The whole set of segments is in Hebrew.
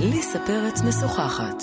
ליסה פרץ משוחחת.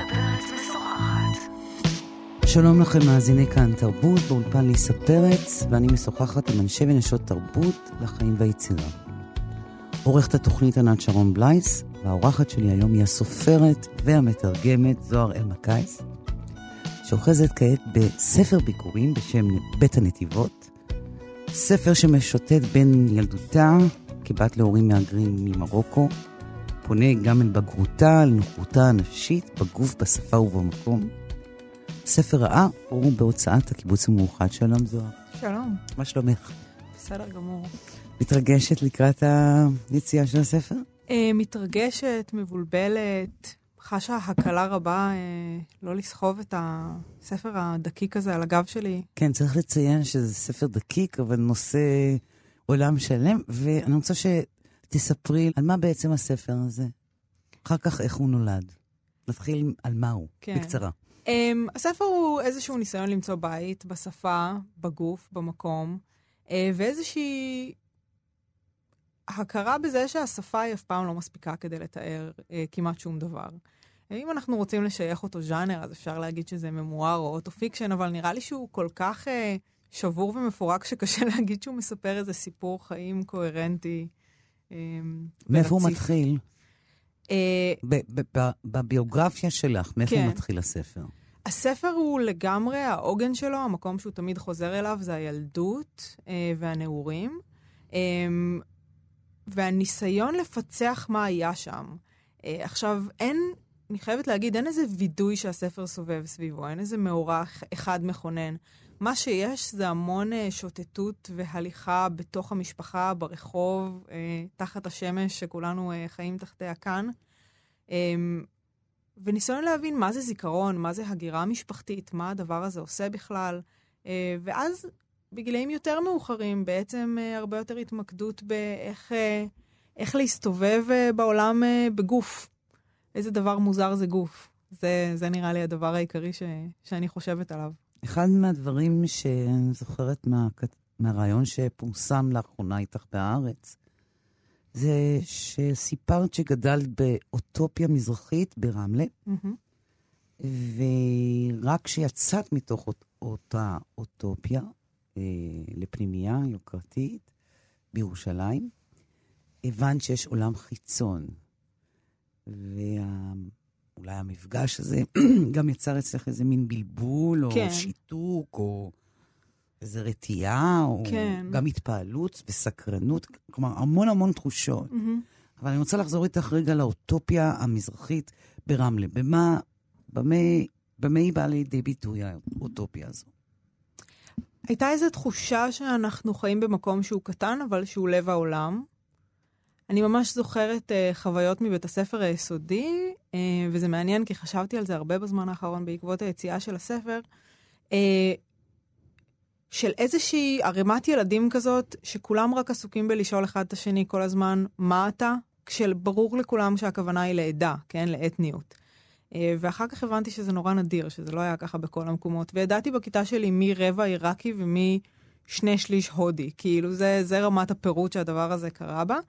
שלום לכם מאזיני כאן תרבות, באולפן ליסה פרץ, ואני משוחחת עם אנשי ונשות תרבות לחיים והיצירה. עורכת התוכנית ענת שרון בלייס, והאורחת שלי היום היא הסופרת והמתרגמת זוהר אלמקייס, שאוחזת כעת בספר ביקורים בשם בית הנתיבות, ספר שמשוטט בין ילדותה כבת להורים מהגרים ממרוקו, פונה גם אל בגרותה, אל נוחותה הנשית, בגוף, בשפה ובמקום. ספר רעה הוא בהוצאת הקיבוץ המאוחד. שלום זוהר. שלום. מה שלומך? בסדר גמור. מתרגשת לקראת היציאה של הספר? מתרגשת, מבולבלת, חשה הקלה רבה לא לסחוב את הספר הדקיק הזה על הגב שלי. כן, צריך לציין שזה ספר דקיק, אבל נושא עולם שלם, ואני רוצה שתספרי על מה בעצם הספר הזה. אחר כך איך הוא נולד. נתחיל על מה הוא, כן. בקצרה. הספר הוא איזשהו ניסיון למצוא בית, בשפה, בגוף, במקום, ואיזושהי הכרה בזה שהשפה היא אף פעם לא מספיקה כדי לתאר כמעט שום דבר. אם אנחנו רוצים לשייך אותו ז'אנר, אז אפשר להגיד שזה ממואר או אוטו-פיקשן, אבל נראה לי שהוא כל כך שבור ומפורק שקשה להגיד שהוא מספר איזה סיפור חיים קוהרנטי. מאיפה הוא מתחיל? בביוגרפיה שלך, מאיפה הוא מתחיל הספר? הספר הוא לגמרי, העוגן שלו, המקום שהוא תמיד חוזר אליו, זה הילדות והנעורים, והניסיון לפצח מה היה שם. עכשיו, אני חייבת להגיד, אין איזה וידוי שהספר סובב סביבו, אין איזה מאורע אחד מכונן. מה שיש זה המון שוטטות והליכה בתוך המשפחה, ברחוב, תחת השמש שכולנו חיים תחתיה כאן. וניסיון להבין מה זה זיכרון, מה זה הגירה משפחתית, מה הדבר הזה עושה בכלל. ואז בגילאים יותר מאוחרים בעצם הרבה יותר התמקדות באיך להסתובב בעולם בגוף. איזה דבר מוזר זה גוף. זה נראה לי הדבר העיקרי שאני חושבת עליו. אחד מהדברים שאני זוכרת מהרעיון שפורסם לאחרונה איתך בארץ, זה שסיפרת שגדלת באוטופיה מזרחית ברמלה, ורק כשיצאת מתוך אותה אוטופיה לפנימייה יוקרתית בירושלים, הבנת שיש עולם חיצון, אולי המפגש הזה גם יצר אצלך איזה מין בלבול, או שיתוק, או איזה רתיעה, או גם התפעלות וסקרנות, כלומר, המון המון תחושות. אבל אני רוצה לחזור איתך רגע לאוטופיה המזרחית ברמלה. במה היא באה לידי ביטוי האוטופיה הזו? הייתה איזו תחושה שאנחנו חיים במקום שהוא קטן, אבל שהוא לב העולם. אני ממש זוכרת חוויות מבית הספר היסודי, וזה מעניין כי חשבתי על זה הרבה בזמן האחרון בעקבות היציאה של הספר, של איזושהי ערימת ילדים כזאת, שכולם רק עסוקים בלשאול אחד את השני כל הזמן, מה אתה? כשברור לכולם שהכוונה היא לעדה, כן? לאתניות. ואחר כך הבנתי שזה נורא נדיר, שזה לא היה ככה בכל המקומות, וידעתי בכיתה שלי מי רבע עיראקי ומי 2/3 הודי, כאילו זה רמת הפירוט שהדבר הזה קרה בה.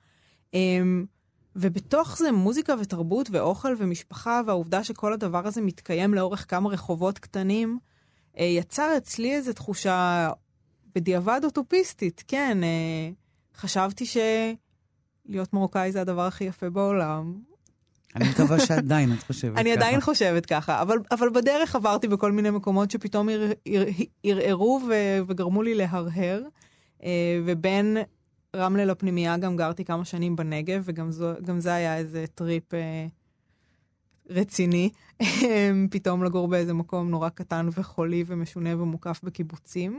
ובתוך זה מוזיקה ותרבות ואוכל ומשפחה, והעובדה שכל הדבר הזה מתקיים לאורך כמה רחובות קטנים, יצר אצלי איזו תחושה בדיעבד אוטופיסטית. כן, חשבתי שלהיות מרוקאי זה הדבר הכי יפה בעולם. אני מקווה שעדיין את חושבת ככה. אני עדיין חושבת ככה, אבל בדרך עברתי בכל מיני מקומות שפתאום ערערו וגרמו לי להרהר, ובין רמלה לפנימייה גם גרתי כמה שנים בנגב, וגם זה היה איזה טריפ רציני, פתאום לגור באיזה מקום נורא קטן וחולי ומשונה ומוקף בקיבוצים.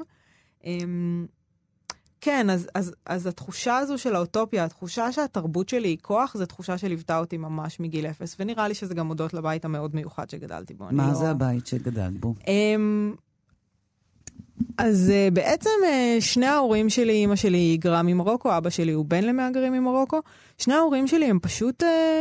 כן, אז התחושה הזו של האוטופיה, התחושה שהתרבות שלי היא כוח, זו תחושה שליוותה אותי ממש מגיל 0, ונראה לי שזה גם הודות לבית המאוד מיוחד שגדלתי בו. מה זה הבית שגדלת בו? אז בעצם שני ההורים שלי, אמא שלי היא היגרה ממרוקו, אבא שלי הוא בן למהגרים ממרוקו, שני ההורים שלי הם פשוט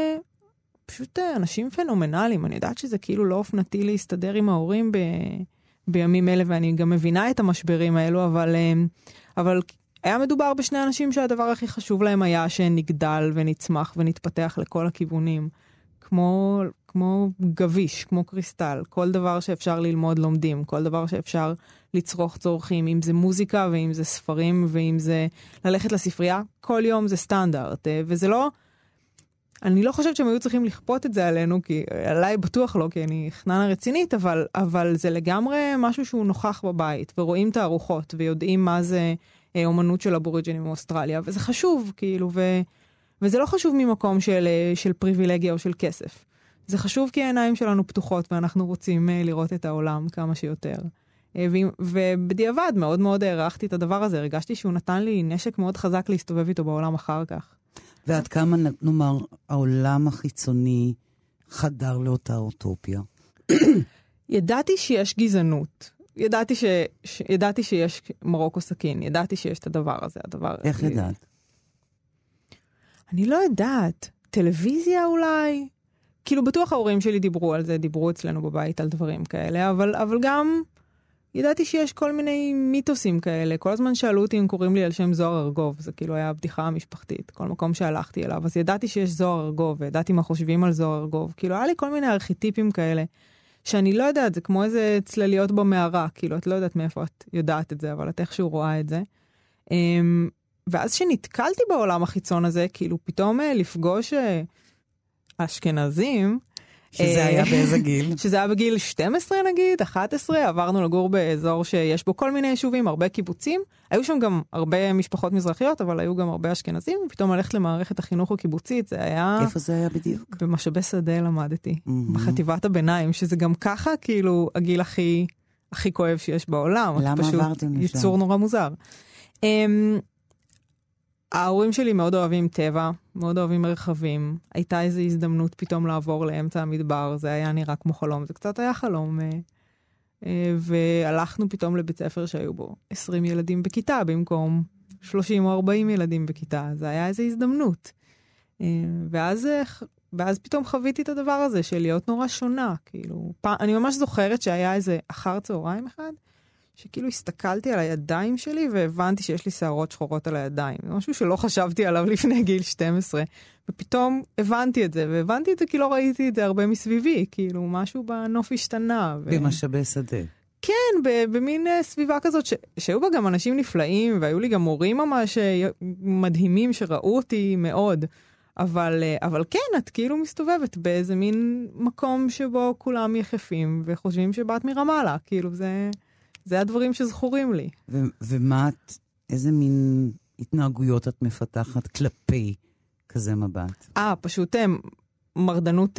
אנשים פנומנליים. אני יודעת שזה כאילו לא אופנתי להסתדר עם ההורים בימים אלה, ואני גם מבינה את המשברים האלו, אבל היה מדובר בשני אנשים שהדבר הכי חשוב להם היה שנגדל ונצמח ונתפתח לכל הכיוונים. כמו גביש, כמו קריסטל. כל דבר שאפשר ללמוד לומדים, כל דבר שאפשר לצרוך צורכים, אם זה מוזיקה ואם זה ספרים ואם זה ללכת לספרייה, כל יום זה סטנדרט. וזה לא, אני לא חושבת שהם היו צריכים לכפות את זה עלינו, כי עליי בטוח לא, כי אני חננה רצינית, אבל זה לגמרי משהו שהוא נוכח בבית, ורואים את הארוחות, ויודעים מה זה אומנות של אבוריג'ינים מאוסטרליה, וזה חשוב, כאילו, וזה לא חשוב ממקום של פריבילגיה או של כסף. זה חשוב כי העיניים שלנו פתוחות, ואנחנו רוצים לראות את העולם כמה שיותר. ובדיעבד מאוד מאוד הערכתי את הדבר הזה, הרגשתי שהוא נתן לי נשק מאוד חזק להסתובב איתו בעולם אחר כך. ועד כמה, נאמר, העולם החיצוני חדר לאותה אוטופיה? ידעתי שיש גזענות. ידעתי שיש מרוקו סכין. ידעתי שיש את הדבר הזה. איך ידעת? אני לא יודעת. טלוויזיה אולי? כאילו בטוח ההורים שלי דיברו על זה, דיברו אצלנו בבית על דברים כאלה, אבל גם ידעתי שיש כל מיני מיתוסים כאלה. כל הזמן שאלו אותי אם קוראים לי על שם זוהר ארגוב. זה כאילו היה הבדיחה המשפחתית. כל מקום שהלכתי אליו. אז ידעתי שיש זוהר ארגוב, וידעתי מה חושבים על זוהר ארגוב. כאילו היה לי כל מיני ארכיטיפים כאלה, שאני לא יודעת, זה כמו איזה צלליות במערה. כאילו את לא יודעת מאיפה את יודעת את זה, אבל את איכשהו רואה את זה. ואז שנתקלתי בעולם החיצון הזה, כאילו פתאום לפגוש אשכנזים, שזה היה באיזה גיל? שזה היה בגיל 12 נגיד, 11, עברנו לגור באזור שיש בו כל מיני יישובים, הרבה קיבוצים, היו שם גם הרבה משפחות מזרחיות, אבל היו גם הרבה אשכנזים, ופתאום הלכת למערכת החינוך הקיבוצית, זה היה... איפה זה היה בדיוק? במשאבי שדה למדתי, בחטיבת הביניים, שזה גם ככה כאילו הגיל הכי כואב שיש בעולם. למה עברתם לשם? יצור נורא מוזר. ההורים שלי מאוד אוהבים טבע, מאוד אוהבים מרחבים. הייתה איזו הזדמנות פתאום לעבור לאמצע המדבר, זה היה נראה כמו חלום, זה קצת היה חלום. והלכנו פתאום לבית ספר שהיו בו 20 ילדים בכיתה, במקום 30 או 40 ילדים בכיתה. זה היה איזו הזדמנות. ואז פתאום חוויתי את הדבר הזה של להיות נורא שונה. כאילו, אני ממש זוכרת שהיה איזה אחר צהריים אחד, שכאילו הסתכלתי על הידיים שלי והבנתי שיש לי שערות שחורות על הידיים. זה משהו שלא חשבתי עליו לפני גיל 12. ופתאום הבנתי את זה, והבנתי את זה כי לא ראיתי את זה הרבה מסביבי. כאילו משהו בנוף השתנה. במשאבי שדה. כן, במין סביבה כזאת שהיו בה גם אנשים נפלאים, והיו לי גם מורים ממש מדהימים שראו אותי מאוד. אבל כן, את כאילו מסתובבת באיזה מין מקום שבו כולם יחפים וחושבים שבאת מרמאללה. כאילו זה הדברים שזכורים לי. ומה איזה מין התנהגויות את מפתחת כלפי כזה מבט? פשוט מרדנות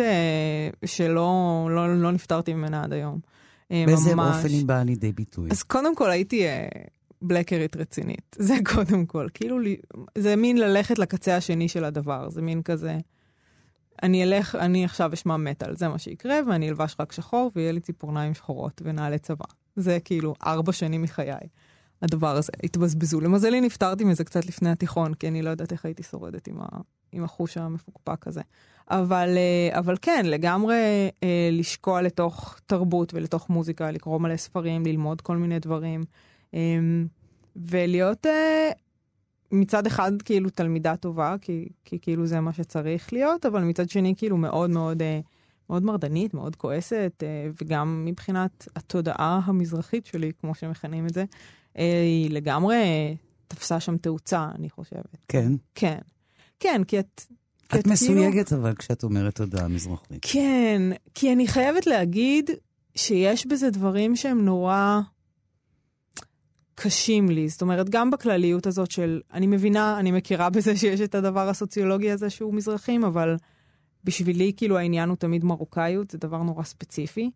שלא נפטרתי ממנה עד היום. באיזה אופן היא באה לידי ביטוי? אז קודם כל הייתי בלקרית רצינית. זה קודם כל. כאילו זה מין ללכת לקצה השני של הדבר. זה מין כזה, אני עכשיו אשמע מטל, זה מה שיקרה, ואני אלבש רק שחור, ויהיה לי ציפורניים שחורות ונעלי צבא. זה כאילו 4 שנים מחיי. הדבר הזה התבזבזו. למזלי נפטרתי מזה קצת לפני התיכון, כי אני לא יודעת איך הייתי שורדת עם החוש המפוקפק הזה. אבל כן, לגמרי לשקוע לתוך תרבות ולתוך מוזיקה, לקרוא מלא ספרים, ללמוד כל מיני דברים, ולהיות מצד אחד כאילו תלמידה טובה, כי כאילו זה מה שצריך להיות, אבל מצד שני כאילו מאוד מאוד מאוד מרדנית, מאוד כועסת, וגם מבחינת התודעה המזרחית שלי, כמו שמכנים את זה, היא לגמרי תפסה שם תאוצה, אני חושבת. כן? כן. כן, כי את מסויגת אבל כשאת אומרת תודעה מזרחית. כן, כי אני חייבת להגיד שיש בזה דברים שהם נורא קשים לי. זאת אומרת, גם בכלליות הזאת של, אני מבינה, אני מכירה בזה שיש את הדבר הסוציולוגי הזה שהוא מזרחים, אבל בשבילי, כאילו, העניין הוא תמיד מרוקאיות, זה דבר נורא ספציפי.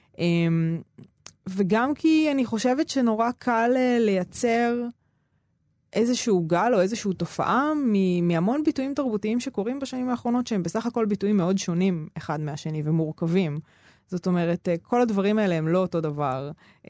וגם כי אני חושבת שנורא קל לייצר איזשהו גל או איזשהו תופעה מהמון ביטויים תרבותיים שקורים בשנים האחרונות, שהם בסך הכל ביטויים מאוד שונים אחד מהשני ומורכבים. זאת אומרת, כל הדברים האלה הם לא אותו דבר.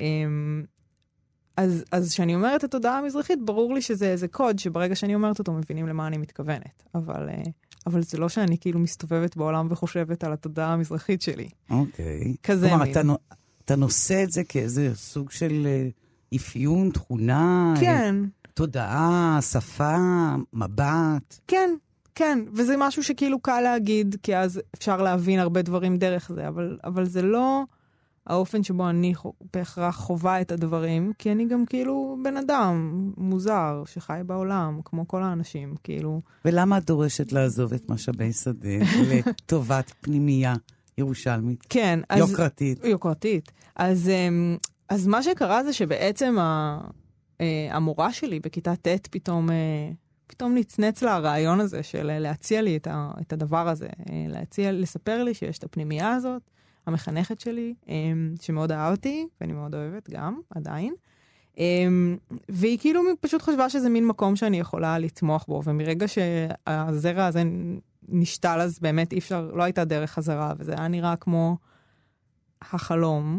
אז כשאני אומרת את התודעה המזרחית, ברור לי שזה איזה קוד שברגע שאני אומרת אותו מבינים למה אני מתכוונת. אבל זה לא שאני כאילו מסתובבת בעולם וחושבת על התודעה המזרחית שלי. אוקיי. כזה כלומר, מין. אתה נושא את זה כאיזה סוג של אפיון, תכונה, כן. תודעה, שפה, מבט. כן, כן, וזה משהו שכאילו קל להגיד, כי אז אפשר להבין הרבה דברים דרך זה, אבל זה לא האופן שבו אני בהכרח חובה את הדברים, כי אני גם כאילו בן אדם מוזר שחי בעולם, כמו כל האנשים, כאילו. ולמה את דורשת לעזוב את משאבי שדה לטובת פנימייה ירושלמית? כן. יוקרתית. יוקרתית. אז מה שקרה זה שבעצם המורה שלי בכיתה ט' פתאום נצנץ לה הרעיון הזה של להציע לי את הדבר הזה, לספר לי שיש את הפנימייה הזאת, המחנכת שלי, שמאוד אהבתי, ואני מאוד אוהבת גם, עדיין. והיא כאילו פשוט חשבה שזה מין מקום שאני יכולה לתמוך בו, ומרגע שהזרע הזה נשתל, אז באמת אי אפשר, לא הייתה דרך חזרה, וזה היה נראה כמו החלום.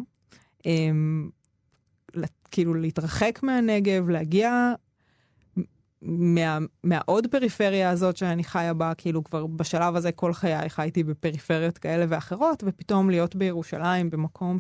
כאילו להתרחק מהנגב, להגיע מהעוד פריפריה הזאת שאני חיה בה, כאילו כבר בשלב הזה כל חיי חייתי בפריפריות כאלה ואחרות, ופתאום להיות בירושלים במקום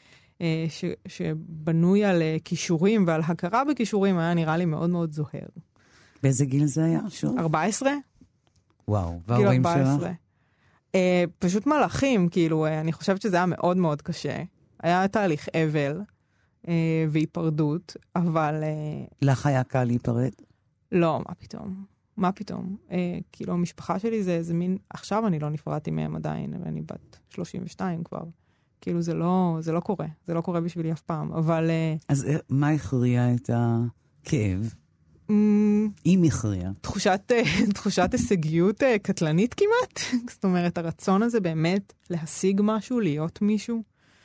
שבנוי על כישורים ועל הכרה בכישורים, היה נראה לי מאוד מאוד זוהר. באיזה גיל זה היה? שוב? 14? וואו, וההורים שלך? פשוט מלאכים, כאילו, אני חושבת שזה היה מאוד מאוד קשה. היה תהליך אבל והיפרדות, אבל... לך היה קל להיפרד? לא, מה פתאום? מה פתאום? כאילו, המשפחה שלי זה מין... עכשיו אני לא נפרדתי מהם עדיין, ואני בת 32 כבר. כאילו, זה לא קורה. זה לא קורה בשבילי אף פעם, אבל... אז מה הכריע את הכאב? אם הכריע. תחושת הישגיות קטלנית כמעט. זאת אומרת, הרצון הזה באמת להשיג משהו, להיות מישהו.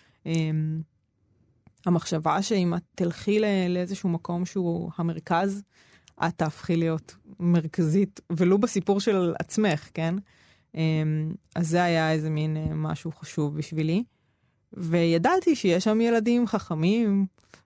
המחשבה שאם את תלכי לאיזשהו מקום שהוא המרכז, את תהפכי להיות מרכזית, ולא בסיפור של עצמך, כן? אז זה היה איזה מין משהו חשוב בשבילי. וידעתי שיש שם ילדים חכמים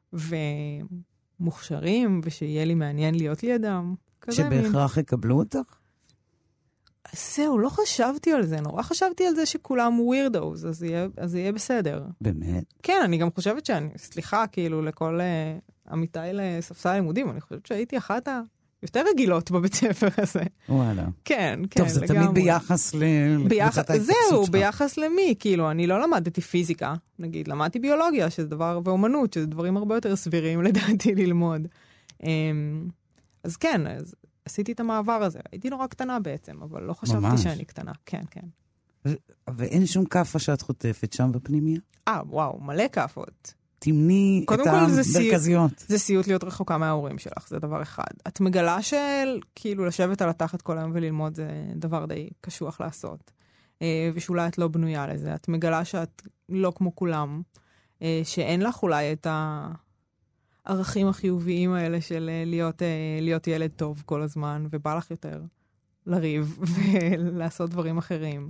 ומוכשרים, ושיהיה לי מעניין להיות לידם. שבהכרח יקבלו אותך? זהו, לא חשבתי על זה. נורא חשבתי על זה שכולם ווירדאוז, אז יהיה בסדר. באמת? כן, אני גם חושבת סליחה, כאילו, לכל עמיתי לספסל לימודים, אני חושבת שהייתי אחת היותר רגילות בבית ספר הזה. וואלה. כן, כן, טוב, זה תמיד ביחס לקבוצת ההתפקסות שלך. זהו, ביחס למי? כאילו, אני לא למדתי פיזיקה, נגיד, למדתי ביולוגיה, שזה דבר, ואומנות, שזה דברים הרבה יותר סבירים, לדעתי, ללמוד. אז כן, אז עשיתי את המעבר הזה. הייתי נורא קטנה בעצם, אבל לא חשבתי שאני קטנה. כן, כן. ואין שום קפה שאת חוטפת שם בפנימיה? וואו, מלא קפות. תמני את המרכזיות. זה סיוט להיות רחוקה מההורים שלך, זה דבר אחד. את מגלה כאילו לשבת על התחת כל היום וללמוד זה דבר די קשוח לעשות. ושאולי את לא בנויה לזה. את מגלה שאת לא כמו כולם, שאין לך אולי את הערכים החיוביים האלה של להיות ילד טוב כל הזמן, ובא לך יותר לריב ולעשות דברים אחרים.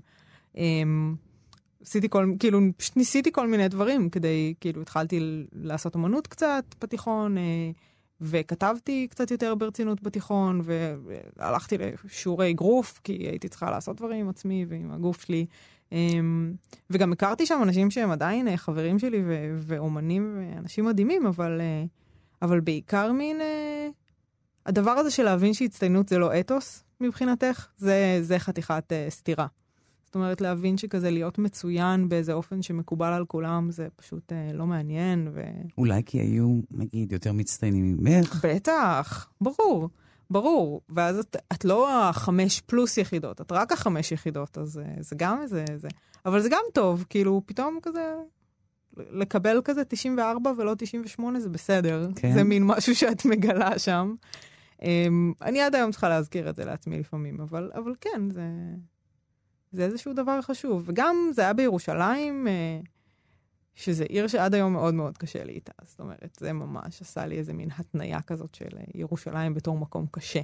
פשוט ניסיתי כל מיני דברים כדי, כאילו, התחלתי לעשות אמנות קצת בתיכון, וכתבתי קצת יותר ברצינות בתיכון, והלכתי לשיעורי גרוף, כי הייתי צריכה לעשות דברים עם עצמי ועם הגוף שלי, וגם הכרתי שם אנשים שהם עדיין חברים שלי ואומנים ואנשים מדהימים, אבל בעיקר מין, הדבר הזה של להבין שהצטיינות זה לא אתוס מבחינתך, זה חתיכת סתירה. זאת אומרת, להבין שכזה להיות מצוין באיזה אופן שמקובל על כולם, זה פשוט לא מעניין. אולי כי היו, נגיד, יותר מצטיינים ממך? בטח, ברור. ואז את לא 5+ יחידות, את רק 5 יחידות, אז זה גם איזה... אבל זה גם טוב, כאילו, פתאום כזה... לקבל כזה 94 ולא 98 זה בסדר. כן. זה מין משהו שאת מגלה שם. אני עד היום צריכה להזכיר את זה לעצמי לפעמים, אבל כן, זה איזשהו דבר חשוב. וגם זה היה בירושלים, שזה עיר שעד היום מאוד מאוד קשה לי איתה. זאת אומרת, זה ממש עשה לי איזה מין התניה כזאת של ירושלים בתור מקום קשה.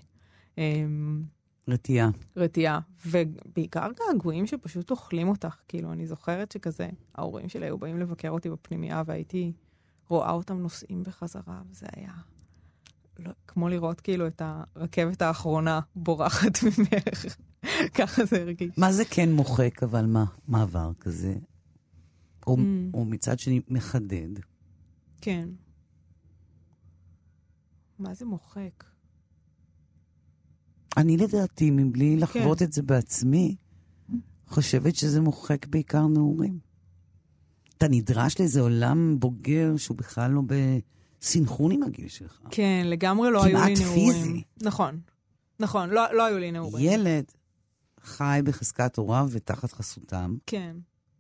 רתיעה. ובעיקר געגועים שפשוט אוכלים אותך. כאילו, אני זוכרת שכזה, ההורים שלי היו באים לבקר אותי בפנימייה, והייתי רואה אותם נוסעים בחזרה, וזה היה כמו לראות כאילו את הרכבת האחרונה בורחת ממך. ככה זה הרגיש. מה זה כן מוחק, אבל מה? מעבר כזה? או מצד שני מחדד? כן. מה זה מוחק? אני לדעתי, מבלי לחוות את זה בעצמי, חושבת שזה מוחק בעיקר נעורים. אתה נדרש לאיזה עולם בוגר שהוא בכלל לא בסינכרון עם הגיל שלך. כן, לגמרי לא היו לי נעורים. כמעט פיזי. נכון, לא היו לי נעורים. ילד חי בחזקת הוריו ותחת חסותם. כן.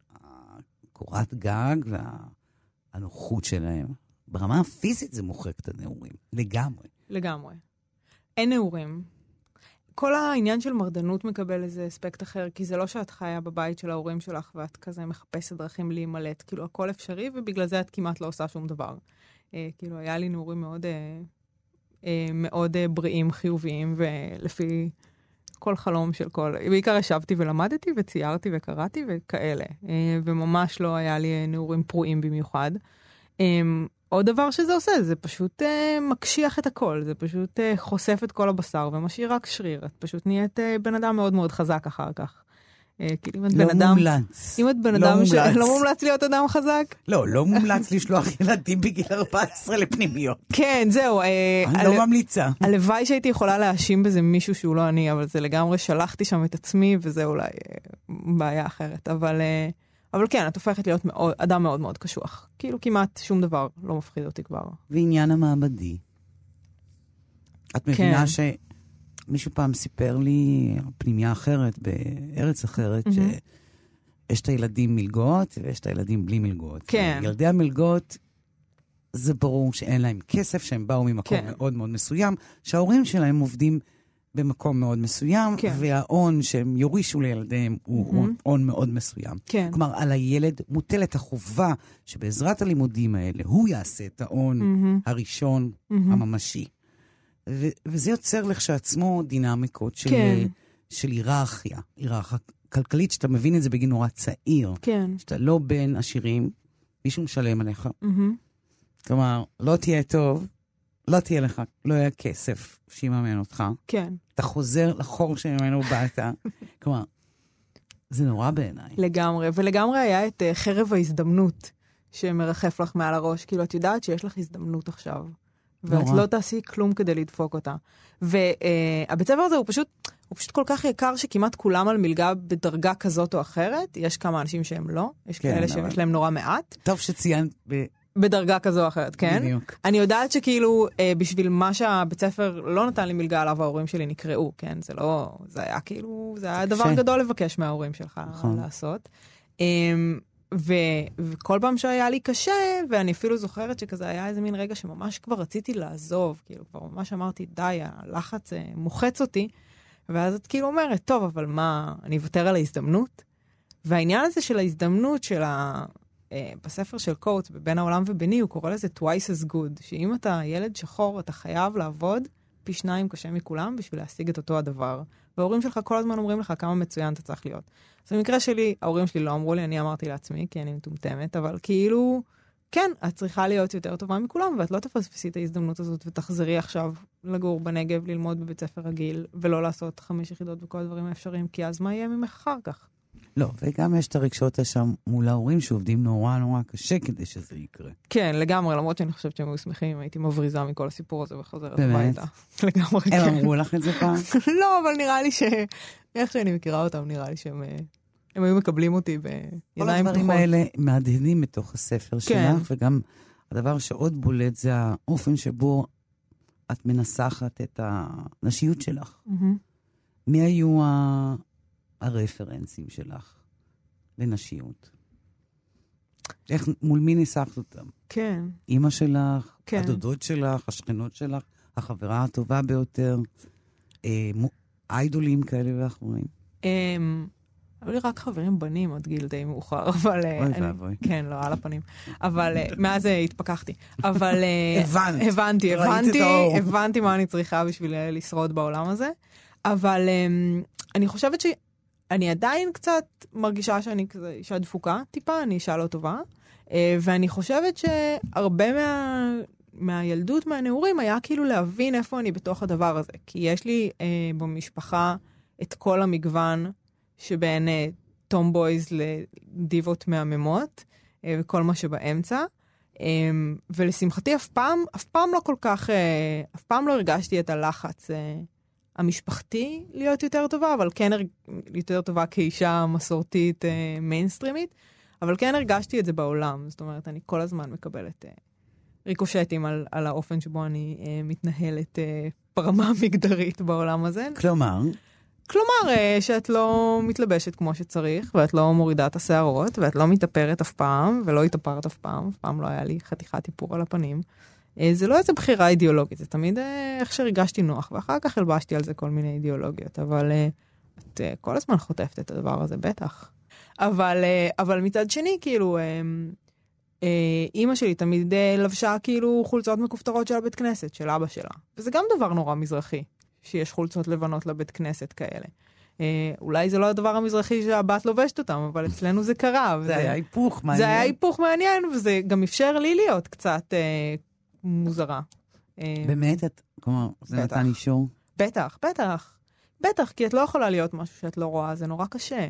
קורת גג והנוחות שלהם. ברמה הפיזית זה מוחק את הנעורים. לגמרי. אין נעורים. כל העניין של מרדנות מקבל איזה אספקט אחר, כי זה לא שאת חיה בבית של ההורים שלך, ואת כזה מחפשת דרכים להימלט. כאילו, הכל אפשרי, ובגלל זה את כמעט לא עושה שום דבר. כאילו, היה לי נעורים מאוד, מאוד בריאים, חיוביים, ולפי כל חלום של כל... בעיקר ישבתי ולמדתי, וציירתי וקראתי, וכאלה. וממש לא היה לי נעורים פרועים במיוחד. עוד דבר שזה עושה, זה פשוט מקשיח את הכל, זה פשוט חושף את כל הבשר ומשאיר רק שריר. את פשוט נהיית בן אדם מאוד מאוד חזק אחר כך. כאילו, אם את בן אדם... מומלץ. אם את בן אדם שלא מומלץ להיות אדם חזק? לא מומלץ לשלוח ילדים בגיל 14 לפנימיות. כן, זהו. אני לא ממליצה. הלוואי שהייתי יכולה להאשים בזה מישהו שהוא לא אני, אבל זה לגמרי שלחתי שם את עצמי, וזה אולי בעיה אחרת. אבל כן, את הופכת להיות אדם מאוד מאוד קשוח. כאילו כמעט שום דבר לא מפחיד אותי כבר. ועניין המעמדי. את מבינה שמישהו פעם סיפר לי, פנימיה אחרת, בארץ אחרת, שיש את הילדים מלגות, ויש את הילדים בלי מלגות. כן. ילדי המלגות, זה ברור שאין להם כסף, שהם באו ממקום מאוד מאוד מסוים, שההורים שלהם עובדים במקום מאוד מסוים, וההון שהם יורישו לילדיהם הוא הון מאוד מסוים. כלומר, על הילד מוטלת החובה שבעזרת הלימודים האלה הוא יעשה את ההון הראשון הממשי. וזה יוצר לכשעצמו דינמיקות של היררכיה כלכלית, שאתה מבין את זה בגיל נורא צעיר. שאתה לא בין עשירים, מישהו משלם עליך. כלומר, לא תהיה טוב, לא תהיה לך, לא יהיה כסף שיממן אותך. כן. אתה חוזר לחור שממנו באת. כלומר, זה נורא בעיניי. לגמרי, ולגמרי היה את חרב ההזדמנות שמרחף לך מעל הראש. כאילו, את יודעת שיש לך הזדמנות עכשיו, ואת לא תעשי כלום כדי לדפוק אותה. והבית ספר הזה הוא פשוט כל כך יקר שכמעט כולם על מלגה בדרגה כזאת או אחרת. יש כמה אנשים שהם לא, יש כאלה שיש להם נורא מעט. טוב שציינת בדרגה כזו או אחרת, כן? בדיוק. אני יודעת שכאילו, בשביל מה שהבית ספר לא נתן לי מלגה עליו, ההורים שלי נקראו, כן? זה היה כאילו, זה היה דבר גדול לבקש מההורים שלך לעשות. וכל פעם שהיה לי קשה, ואני אפילו זוכרת שכזה היה איזה מין רגע שממש כבר רציתי לעזוב, כאילו כבר ממש אמרתי, די, הלחץ מוחץ אותי, ואז את כאילו אומרת, טוב, אבל מה, אני אוותר על ההזדמנות? והעניין הזה של ההזדמנות של בספר של קוט, בבין העולם וביני, הוא קורא לזה twice as good, שאם אתה ילד שחור, אתה חייב לעבוד פי 2 קשה מכולם בשביל להשיג את אותו הדבר. וההורים שלך כל הזמן אומרים לך כמה מצוין אתה צריך להיות. אז במקרה שלי, ההורים שלי לא אמרו לי, אני אמרתי לעצמי, כי אני מטומטמת, אבל כאילו, כן, את צריכה להיות יותר טובה מכולם, ואת לא תפספסי את ההזדמנות הזאת, ותחזרי עכשיו לגור בנגב, ללמוד בבית ספר רגיל, ולא לעשות 5 יחידות וכל הדברים האפשריים, כי אז מה יהיה ממך אחר כך? לא, וגם יש את הרגשות שם מול ההורים שעובדים נורא נורא קשה כדי שזה יקרה. כן, לגמרי, למרות שאני חושבת שהם היו שמחים, הייתי מבריזה מכל הסיפור הזה וחוזרת הביתה. לגמרי, כן. הם אמרו לך את זה פעם? לא, אבל נראה לי איך שאני מכירה אותם, נראה לי שהם היו מקבלים אותי בידיים פתוחות. כל הדברים האלה מהדהדים מתוך הספר שלך, וגם הדבר שעוד בולט זה האופן שבו את מנסחת את הנשיות שלך. מי היו הרפרנסים שלך לנשיות? מול מי ניסחת אותם? כן. אמא שלך, הדודות שלך, השכנות שלך, החברה הטובה ביותר, איידולים כאלה ואחרים? היו לי רק חברים בנים עד גיל די מאוחר, אבל... אוי ואבוי. כן, לא, על הפנים. אבל מאז התפכחתי. אבל... הבנתי מה אני צריכה בשביל לשרוד בעולם הזה. אבל אני חושבת שאני עדיין קצת מרגישה שאני כזה אישה דפוקה, טיפה, אני אישה לא טובה. ואני חושבת שהרבה מהילדות, מהנעורים, היה כאילו להבין איפה אני בתוך הדבר הזה. כי יש לי במשפחה את כל המגוון שבין טומבויז לדיבות מהממות, וכל מה שבאמצע. ולשמחתי אף פעם לא כל כך, אף פעם לא הרגשתי את הלחץ המשפחתי להיות יותר טובה, אבל כן יותר טובה כאישה מסורתית מיינסטרימית, אבל כן הרגשתי את זה בעולם. זאת אומרת, אני כל הזמן מקבלת ריקושטים על האופן שבו אני מתנהלת ברמה מגדרית בעולם הזה. כלומר, שאת לא מתלבשת כמו שצריך, ואת לא מורידה את השערות, ואת לא מתאפרת אף פעם, ולא התאפרת אף פעם לא היה לי חתיכת איפור על הפנים. זה לא איזו בחירה אידיאולוגית, זה תמיד איך שהרגשתי נוח, ואחר כך הלבשתי על זה כל מיני אידיאולוגיות, אבל את כל הזמן חוטפת את הדבר הזה, בטח. אבל מצד שני, כאילו, אמא שלי תמיד לבשה כאילו חולצות מכופתרות של הבית כנסת, של אבא שלה. וזה גם דבר נורא מזרחי, שיש חולצות לבנות לבית כנסת כאלה. אולי זה לא הדבר המזרחי שהבת לובשת אותם, אבל אצלנו זה קרה. זה היה היפוך מעניין. זה היה היפוך מעניין, וזה גם אפשר לי להיות קצת מוזרה. באמת? כלומר, זה נתן אישור? בטח, בטח. בטח, כי את לא יכולה להיות משהו שאת לא רואה, זה נורא קשה.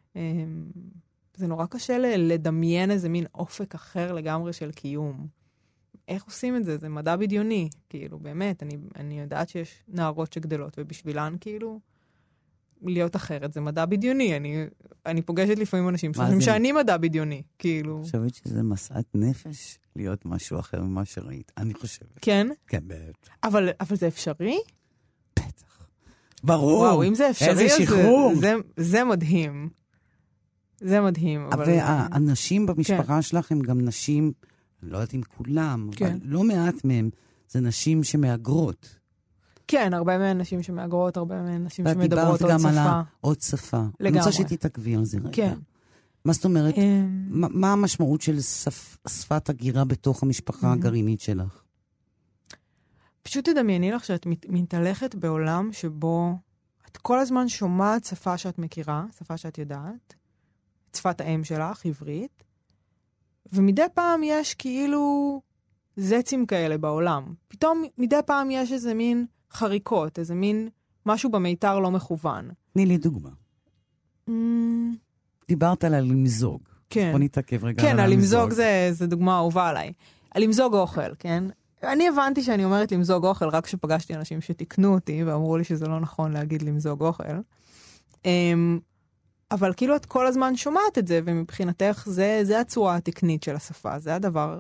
זה נורא קשה לדמיין איזה מין אופק אחר לגמרי של קיום. איך עושים את זה? זה מדע בדיוני. כאילו, באמת, אני יודעת שיש נערות שגדלות, ובשבילן, כאילו, להיות אחרת. זה מדע בדיוני. אני פוגשת לפעמים אנשים שחושבים שאני מדע בדיוני. כאילו. אני חושבת שזה מסעת נפש להיות משהו אחר ממה שראית. אני חושבת. כן? כן, בטח. אבל זה אפשרי? בטח. ברור. וואו, אם זה אפשרי, איזה שחרור. זה מדהים. זה מדהים. והאנשים במשפחה שלך הם גם נשים, אני לא יודעת אם כולם, אבל לא מעט מהם, זה נשים שמאגרות. כן, הרבה מהן נשים שמאגרות, הרבה מהן נשים שמדברות עוד שפה. ואת דיברת גם על עוד שפה. לגמרי. אני רוצה שתתעכבי על זה רגע. כן. מה זאת אומרת, מה המשמעות של שפת הגירה בתוך המשפחה הגרעינית שלך? פשוט תדמייני לך שאת מתהלכת בעולם שבו את כל הזמן שומעת שפה שאת מכירה, שפה שאת יודעת, שפת האם שלך, עברית, ומדי פעם יש כאילו זצים כאלה בעולם. פתאום מדי פעם יש איזה מין חריקות, איזה מין משהו במיתר לא מכוון. תני לי דוגמה. דיברת על הלמזוג. כן. בוא נתעכב רגע כן, על הלמזוג. הלמזוג זה דוגמה אהובה עליי. הלמזוג אוכל, כן? אני הבנתי שאני אומרת למזוג אוכל רק כשפגשתי אנשים שתקנו אותי, ואמרו לי שזה לא נכון להגיד למזוג אוכל. אבל כאילו את כל הזמן שומעת את זה, ומבחינתך זה הצורה התקנית של השפה, זה הדבר.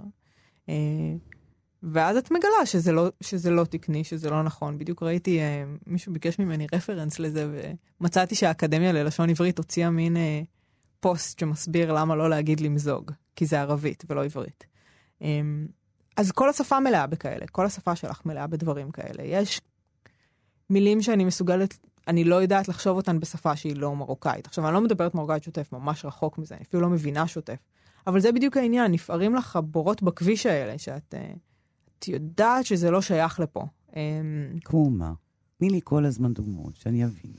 ואז את מגלה שזה לא תקני, שזה לא נכון. בדיוק ראיתי, מישהו ביקש ממני רפרנס לזה, ומצאתי שהאקדמיה ללשון עברית הוציאה מין פוסט שמסביר למה לא להגיד למזוג, כי זה ערבית ולא עברית. אז כל השפה מלאה בכאלה, כל השפה שלך מלאה בדברים כאלה. יש מילים שאני מסוגלת, אני לא יודעת לחשוב אותן בשפה שהיא לא מרוקאית. עכשיו, אני לא מדברת מרוקאית שוטף, ממש רחוק מזה, אני אפילו לא מבינה שוטף. אבל זה בדיוק העניין, נפערים לך הבורות בכביש האלה, שאת יודעת שזה לא שייך לפה. כמו מה? תני לי כל הזמן דוגמאות, שאני אבין.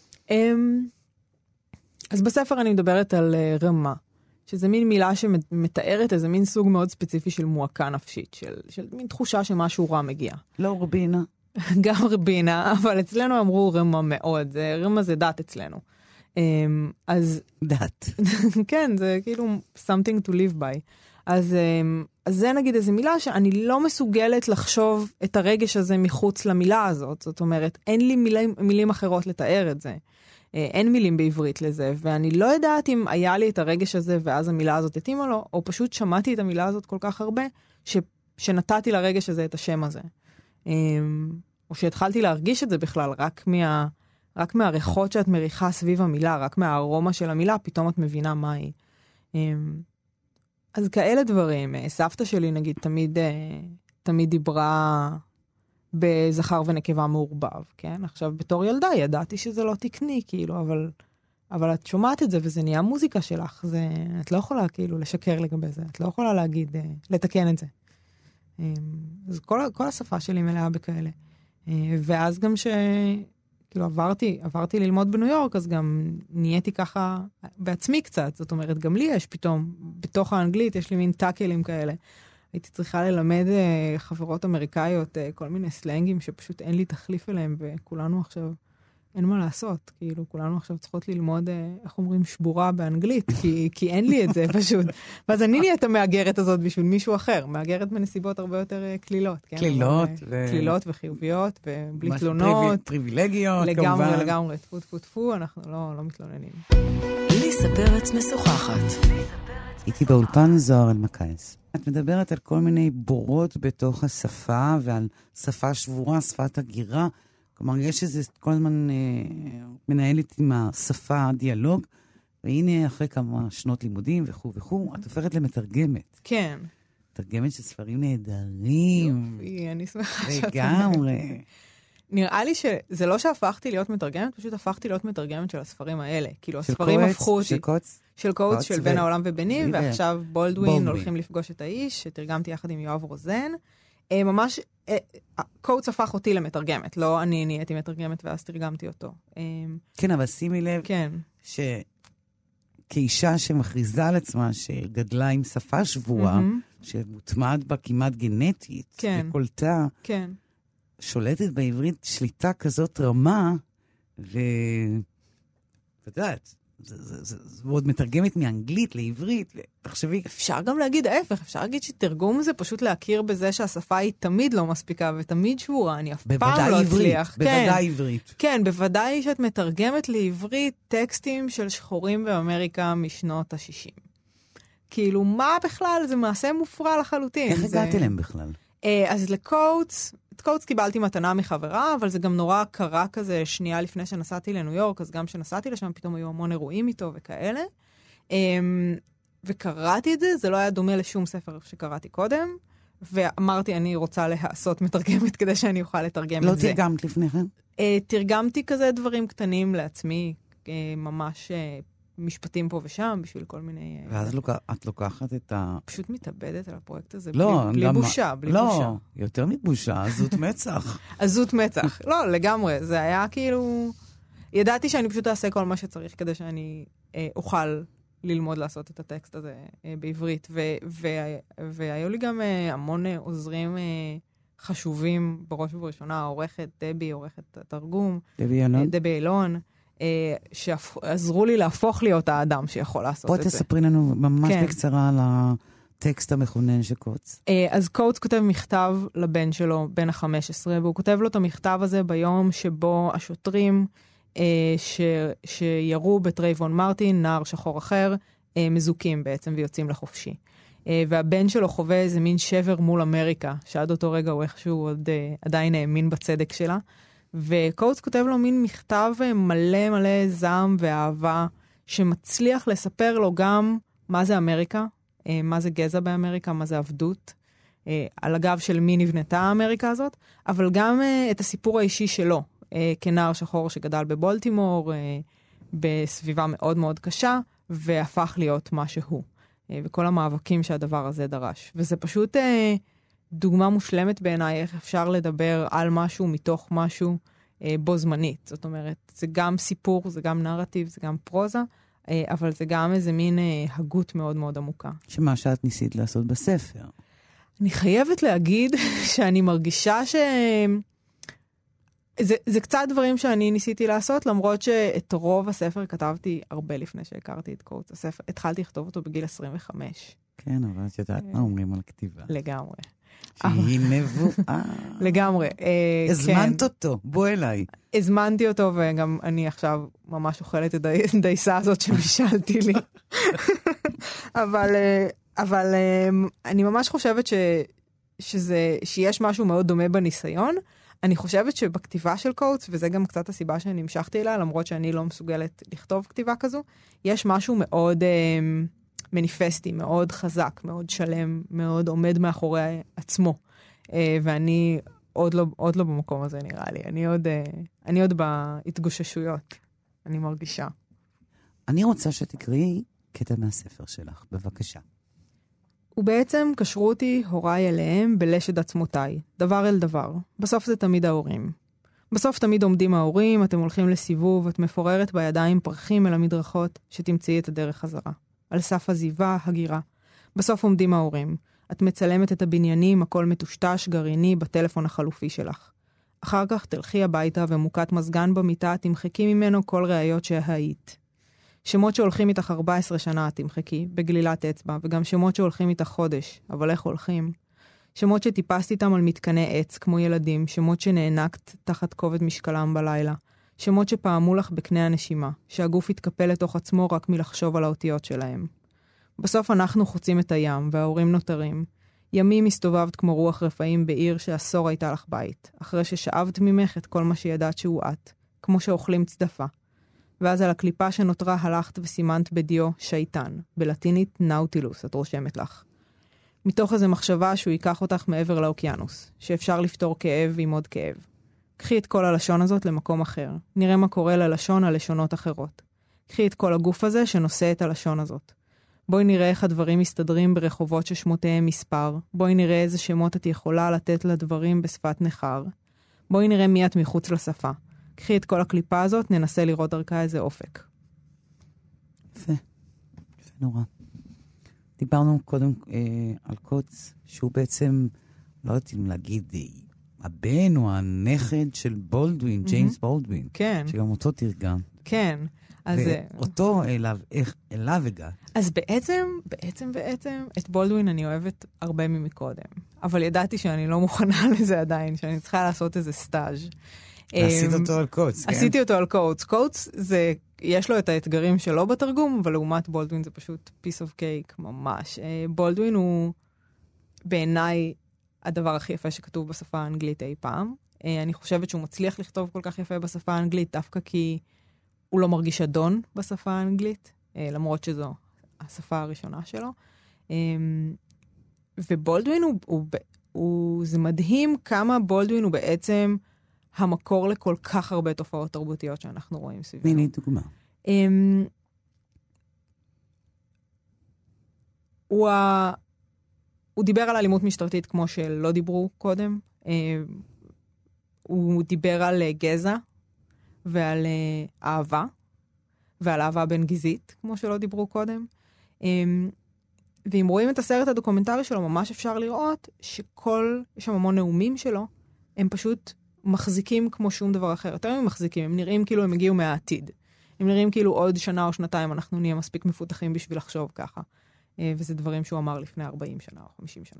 אז בספר אני מדברת על רמה, שזה מין מילה שמתארת איזה מין סוג מאוד ספציפי של מועקה נפשית, של מין תחושה שמשהו רע מגיע. לא רבינה. גם רבינה, אבל אצלנו אמרו רמה מאוד, רמה זה דת אצלנו. אז דת. כן, זה כאילו something to live by. אז זה נגיד איזו מילה שאני לא מסוגלת לחשוב את הרגש הזה מחוץ למילה הזאת. זאת אומרת, אין לי מילים אחרות לתאר את זה. אין מילים בעברית לזה, ואני לא יודעת אם היה לי את הרגש הזה ואז המילה הזאת התאימה לו, או פשוט שמעתי את המילה הזאת כל כך הרבה, שנתתי לרגש הזה את השם הזה. או שהתחלתי להרגיש את זה בכלל, רק מהריחות שאת מריחה סביב המילה, רק מהארומה של המילה, פתאום את מבינה מה היא. אז כאלה דברים, סבתא שלי נגיד תמיד דיברה בזכר ונקבה מעורבב, כן? עכשיו בתור ילדה ידעתי שזה לא תקני, כאילו, אבל את שומעת את זה וזה נהיה מוזיקה שלך, את לא יכולה כאילו לשקר לגבי זה, את לא יכולה להגיד, לתקן את זה. אז כל השפה שלי מלאה בכאלה. ואז גם כאילו עברתי ללמוד בניו יורק, אז גם נהייתי ככה בעצמי קצת, זאת אומרת, גם לי יש פתאום, בתוך האנגלית יש לי מין טאקלים כאלה. הייתי צריכה ללמד חברות אמריקאיות כל מיני סלנגים שפשוט אין לי תחליף אליהם, וכולנו עכשיו אין מה לעשות. כאילו, כולנו עכשיו צריכות ללמוד, איך אומרים, שבורה באנגלית, כי אין לי את זה פשוט. ואז אני נהיית המאגרת הזאת בשביל מישהו אחר. מאגרת בנסיבות הרבה יותר כלילות. כן? כלילות וחיוביות, ובלי תלונות. פריבילגיות, כמובן. לגמרי. טפו, טפו, טפו, אנחנו לא מתלוננים. ליסה פרץ משוחחת. איתי באולפן זוהר אלמקייס. את מדברת על כל מיני בורות בתוך השפה, ועל שפה שבורה, שפת הגירה. כלומר, יש איזה כל הזמן מנהלת עם השפה דיאלוג, והנה אחרי כמה שנות לימודים וכו', את הופכת למתרגמת. כן. מתרגמת של ספרים נהדרים. יופי, אני שמחה שאת... לגמרי. נראה לי שזה לא שהפכתי להיות מתרגמת, פשוט הפכתי להיות מתרגמת של הספרים האלה. כאילו, הספרים הפכו אותי... של קוץ, של בין העולם וביני, ועכשיו בולדווין הולכים לפגוש את האיש, שתרגמתי יחד עם יואב רוזן. ממש, קוץ הפך אותי למתרגמת, לא אני נהייתי מתרגמת ואז תרגמתי אותו. כן, אבל שימי לב, שכאישה שמכריזה על עצמה, שגדלה עם שפה שבורה, שמוטמעת בה כמעט גנטית, וקולטה, שולטת בעברית שליטה כזאת רמה, ודעת, זה עוד מתרגמת מאנגלית לעברית, תחשבי. אפשר גם להגיד ההפך, אפשר להגיד שתרגום זה פשוט להכיר בזה שהשפה היא תמיד לא מספיקה ותמיד שבורה, אני אף פעם לא אצליח. בוודאי עברית. כן, בוודאי שאת מתרגמת לעברית טקסטים של שחורים באמריקה משנות ה-60. כאילו, מה בכלל? זה מעשה מופרע לחלוטין. איך הגעתי להם בכלל? אז את קוץ קיבלתי מתנה מחברה, אבל זה גם נורא קרה כזה שנייה לפני שנסעתי לניו יורק, אז גם שנסעתי לשם פתאום היו המון אירועים איתו וכאלה. וקראתי את זה, זה לא היה דומה לשום ספר שקראתי קודם, ואמרתי אני רוצה לעשות מתרגמת כדי שאני אוכל לתרגם את זה. לא תרגמת לפני כן? תרגמתי כזה דברים קטנים לעצמי, ממש משפטים פה ושם, בשביל כל מיני... ואז את לוקחת את ה... פשוט מתאבדת על הפרויקט הזה, לא, בלי בושה, בלי בושה. לא, יותר מבושה, עזות מצח. עזות מצח, לא, לגמרי, זה היה כאילו... ידעתי שאני פשוט אעשה כל מה שצריך, כדי שאני אוכל ללמוד לעשות את הטקסט הזה בעברית, והיו לי גם המון עוזרים חשובים, בראש ובראשונה, העורכת דבי, עורכת התרגום. דבי אילון. שעזרו לי להפוך להיות האדם שיכול לעשות את זה. בוא תספרי לנו ממש בקצרה על הטקסט המכונן של קוץ. אז קוץ כותב מכתב לבן שלו, בן ה-15, והוא כותב לו את המכתב הזה ביום שבו השוטרים שירו בטרייבון מרטין, נער שחור אחר, מזוקים בעצם ויוצאים לחופשי. והבן שלו חווה איזה מין שבר מול אמריקה, שעד אותו רגע הוא איכשהו עדיין האמין בצדק שלה. וקוץ כותב לו מין מכתב מלא מלא זעם ואהבה, שמצליח לספר לו גם מה זה אמריקה, מה זה גזע באמריקה, מה זה עבדות, על הגב של מי נבנתה האמריקה הזאת, אבל גם את הסיפור האישי שלו, כנער שחור שגדל בבולטימור, בסביבה מאוד מאוד קשה, והפך להיות מה שהוא. וכל המאבקים שהדבר הזה דרש. וזה פשוט... דוגמה מושלמת בעיניי, איך אפשר לדבר על משהו מתוך משהו בו זמנית. זאת אומרת, זה גם סיפור, זה גם נרטיב, זה גם פרוזה, אבל זה גם איזה מין הגות מאוד מאוד עמוקה. שמה שאת ניסית לעשות בספר. אני חייבת להגיד שאני מרגישה ש... זה קצת דברים שאני ניסיתי לעשות, למרות שאת רוב הספר כתבתי הרבה לפני שהכרתי את קוץ. הספר, התחלתי לכתוב אותו בגיל 25. כן, אבל את יודעת מה אומרים על כתיבה. לגמרי. שהיא נבואה. לגמרי. הזמנת אותו, בוא אליי. הזמנתי אותו, וגם אני עכשיו ממש אוכלת את הדייסה הזאת שבישלתי לי. אבל אני ממש חושבת שיש משהו מאוד דומה בניסיון. אני חושבת שבכתיבה של קוץ, וזה גם קצת הסיבה שאני המשכתי אליה, למרות שאני לא מסוגלת לכתוב כתיבה כזו, יש משהו מאוד... מניפסטי, מאוד חזק, מאוד שלם, מאוד עומד מאחורי עצמו. ואני עוד לא במקום הזה נראה לי. אני עוד בהתגוששויות. אני מרגישה. אני רוצה שתקראי קטע מהספר שלך. בבקשה. ובעצם קשרו אותי הוריי אליהם בלשד עצמותיי. דבר אל דבר. בסוף זה תמיד ההורים. בסוף תמיד עומדים ההורים, אתם הולכים לסיבוב, את מפוררת בידיים פרחים אל המדרכות, שתמצאי את הדרך חזרה. על סף הזיבה, הגירה. בסוף עומדים ההורים. את מצלמת את הבניינים, הכל מטושטש, גרעיני, בטלפון החלופי שלך. אחר כך תלכי הביתה ומוקת מזגן במיטה, תמחקי ממנו כל ראיות שהיית. שמות שהולכים איתך 14 שנה תמחקי, בגלילת אצבע, וגם שמות שהולכים איתך חודש, אבל איך הולכים? שמות שטיפסת איתם על מתקני עץ, כמו ילדים, שמות שנענקת תחת כובד משקלם בלילה, שמות שפעמו לך בקנה הנשימה, שהגוף יתקפל לתוך עצמו רק מלחשוב על האותיות שלהם. בסוף אנחנו חוצים את הים, וההורים נותרים. ימים הסתובבת כמו רוח רפאים בעיר שעשור הייתה לך בית, אחרי ששאבת ממך את כל מה שידעת שהוא את, כמו שאוכלים צדפה. ואז על הקליפה שנותרה הלכת וסימנת בדיו שייטן, בלטינית נאוטילוס, את רושמת לך. מתוך איזו מחשבה שהוא ייקח אותך מעבר לאוקיינוס, שאפשר לפתור כאב עם עוד כאב. קחי את כל הלשון הזאת למקום אחר. נראה מה קורה ללשון על לשונות אחרות. קחי את כל הגוף הזה שנושא את הלשון הזאת. בואי נראה איך הדברים מסתדרים ברחובות ששמותיהם מספר. בואי נראה איזה שמות את יכולה לתת לדברים בשפת נחר. בואי נראה מי את מחוץ לשפה. קחי את כל הקליפה הזאת, ננסה לראות דרכה איזה אופק. יפה. יפה נורא. דיברנו קודם על קוץ, שהוא בעצם, לא יודעת אם להגיד, הבן או הנכד של בולדווין, ג'יימס בולדווין. כן. שגם אותו תרגם. כן. ואותו אליו הגע. אז בעצם, את בולדווין אני אוהבת הרבה ממקודם. אבל ידעתי שאני לא מוכנה לזה עדיין, שאני צריכה לעשות איזה סטאז'. עשית אותו על קוץ, כן? עשיתי אותו על קוץ. קוץ זה, יש לו את האתגרים שלו בתרגום, אבל לעומת בולדווין זה פשוט piece of cake, ממש. בולדווין הוא בעיניי הדבר הכי יפה שכתוב בשפה האנגלית אי פעם. אני חושבת שהוא מצליח לכתוב כל כך יפה בשפה האנגלית, דווקא כי הוא לא מרגיש אדון בשפה האנגלית, למרות שזו השפה הראשונה שלו. ובולדווין זה מדהים כמה בולדווין הוא בעצם המקור לכל כך הרבה תופעות תרבותיות שאנחנו רואים סביבנו. הנה דוגמה. הוא דיבר על אלימות משטרתית כמו שלא דיברו קודם. הוא דיבר על גזע ועל אהבה, ועל אהבה בין גזעית, כמו שלא דיברו קודם. ואם רואים את הסרט הדוקומנטרי שלו, ממש אפשר לראות יש שם המון נאומים שלו, הם פשוט מחזיקים כמו שום דבר אחר. יותר הם מחזיקים, הם נראים כאילו הם הגיעו מהעתיד. הם נראים כאילו עוד שנה או שנתיים אנחנו נהיה מספיק מפותחים בשביל לחשוב ככה. וזה דברים שהוא אמר לפני 40 שנה או 50 שנה.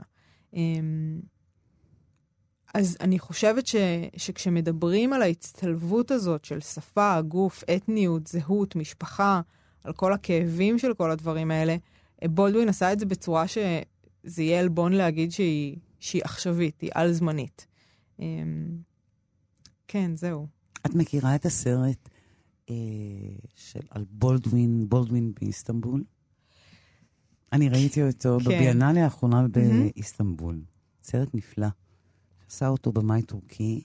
אז אני חושבת שכשמדברים על ההצטלבות הזאת של שפה, גוף, אתניות, זהות, משפחה, על כל הכאבים של כל הדברים האלה, בולדווין עשה את זה בצורה שזה יהיה אלבון להגיד שהיא עכשווית, היא על זמנית. כן, זהו. את מכירה את הסרט על בולדווין באיסטנבול? אני ראיתי אותו בביאנלה האחרונה באיסטנבול. סרט נפלא. עשה אותו במאי טורקי,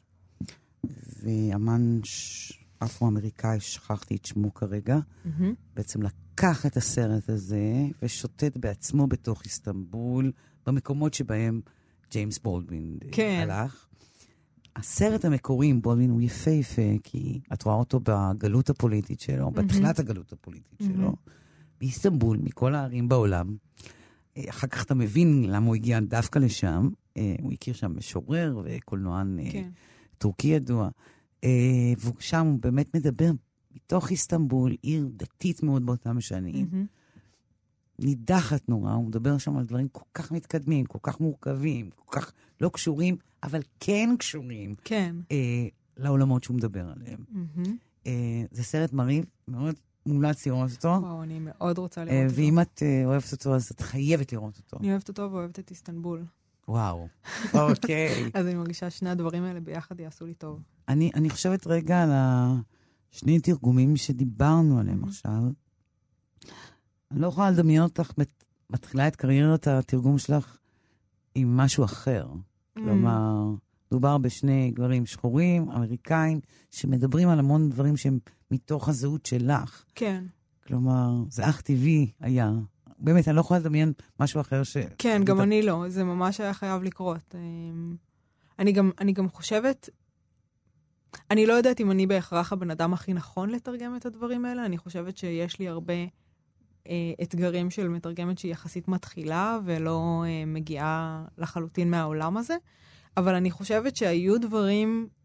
ואמן אפרו-אמריקאי, שכחתי את שמו כרגע, בעצם לקח את הסרט הזה, ושוטט בעצמו בתוך איסטנבול, במקומות שבהם ג'יימס בולדווין הלך. הסרט המקורי עם בולדווין הוא יפה, כי את רואה אותו בגלות הפוליטית שלו, בתחילת הגלות הפוליטית שלו, באיסטנבול, מכל הערים בעולם. אחר כך אתה מבין למה הוא הגיע דווקא לשם, הוא הכיר שם משורר וקולנוען טורקי ידוע, ושם הוא באמת מדבר מתוך איסטנבול, עיר דתית מאוד באותם שנים, נידחת נורא, הוא מדבר שם על דברים כל כך מתקדמים, כל כך מורכבים, כל כך לא קשורים, אבל כן קשורים לעולמות שהוא מדבר עליהם. זה סרט מרהיב, מאוד מומלץ לראות אותו. וואו, אני מאוד רוצה לראות אותו. ואם את אוהבת אותו, אז את חייבת לראות אותו. אני אוהבת אותו ואוהבת את איסטנבול. וואו, אוקיי. אז אני מרגישה שני הדברים האלה ביחד יעשו לי טוב. אני חושבת רגע על השני תרגומים שדיברנו עליהם עכשיו. אני לא יכולה לדמיין אותך, מתחילה את קריירת התרגום שלך עם משהו אחר. כלומר, דובר בשני גברים שחורים, אמריקאים, שמדברים על המון דברים שהם מתוך הזהות שלך. כן. כלומר, זה אך טבעי היה. באמת, אני לא יכולה לדמיין משהו אחר ש... כן, גם אני לא. זה ממש היה חייב לקרות. אני גם חושבת... אני לא יודעת אם אני בהכרח הבן אדם הכי נכון לתרגם את הדברים האלה. אני חושבת שיש לי הרבה אתגרים של מתרגמת שהיא יחסית מתחילה, ולא מגיעה לחלוטין מהעולם הזה. אבל אני חושבת שהיו דברים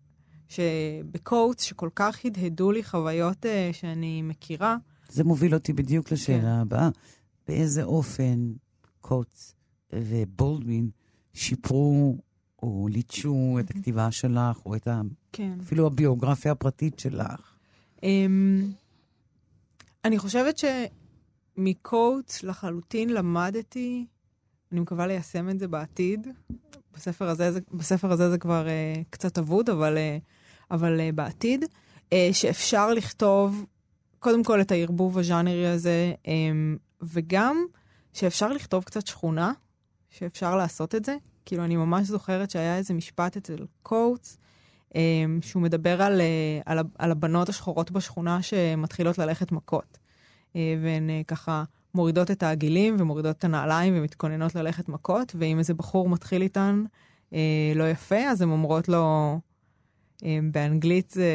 שבקוטס שכל כך הדהדו לי חוויות שאני מכירה. זה מוביל אותי בדיוק לשאלה הבאה. באיזה אופן קוטס ובולדווין שיפרו או ליטשו את הכתיבה שלך, או את אפילו הביוגרפיה הפרטית שלך? אני חושבת שמקוטס לחלוטין למדתי, אני מקווה ליישם את זה בעתיד. בספר הזה זה כבר קצת אבוד, אבל בעתיד, שאפשר לכתוב קודם כל את הערבוב הז'אנרי הזה, וגם שאפשר לכתוב קצת שכונה, שאפשר לעשות את זה. כאילו אני ממש זוכרת שהיה איזה משפט אצל קוטס, שהוא מדבר על הבנות השחורות בשכונה שמתחילות ללכת מכות. והן ככה מורידות את העגילים ומורידות את הנעליים ומתכוננות ללכת מכות, ואם איזה בחור מתחיל איתן לא יפה, אז הן אומרות לו, באנגלית זה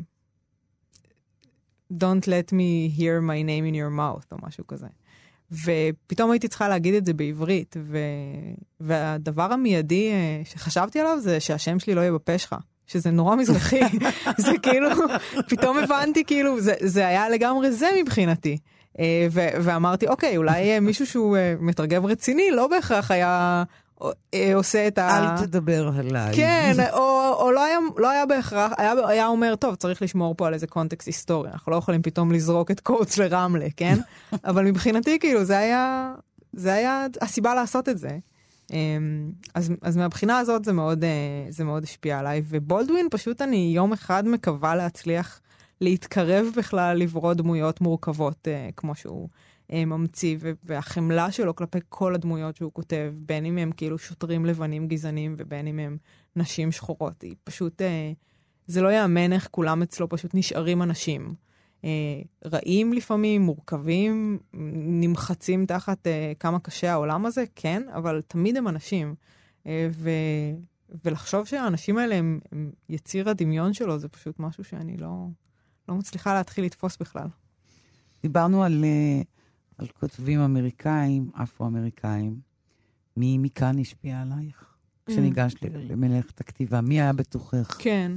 Don't let me hear my name in your mouth, או משהו כזה. ופתאום הייתי צריכה להגיד את זה בעברית, והדבר המיידי שחשבתי עליו זה שהשם שלי לא יהיה בפה שלך, שזה נורא מזרחי. זה כאילו, פתאום הבנתי, כאילו, זה היה לגמרי זה מבחינתי. ואמרתי, אוקיי, אולי מישהו שהוא מתרגם רציני, לא בהכרח היה עושה את אל תדבר עליי. כן, או לא היה בהכרח, היה אומר, טוב, צריך לשמור פה על איזה קונטקסט היסטורי, אנחנו לא יכולים פתאום לזרוק את קוטס לרמלה, כן? אבל מבחינתי, כאילו, זה היה הסיבה לעשות את זה. אז מהבחינה הזאת זה מאוד השפיע עליי, ובולדווין פשוט אני יום אחד מקווה להצליח להתקרב בכלל לברוא דמויות מורכבות כמו שהוא ממציא, והחמלה שלו כלפי כל הדמויות שהוא כותב, בין אם הם כאילו שוטרים לבנים גזענים, ובין אם הם נשים שחורות. היא פשוט, זה לא יאמן איך כולם אצלו פשוט נשארים אנשים. רעים לפעמים, מורכבים, נמחצים תחת כמה קשה העולם הזה, כן, אבל תמיד הם אנשים. ולחשוב שהאנשים האלה הם יציר הדמיון שלו, זה פשוט משהו שאני לא מצליחה להתחיל לתפוס בכלל. דיברנו על כותבים אמריקאים, אפרו-אמריקאים. מי מכאן השפיע עלייך? כשניגשת למלאכת הכתיבה, מי היה בתוכך? כן.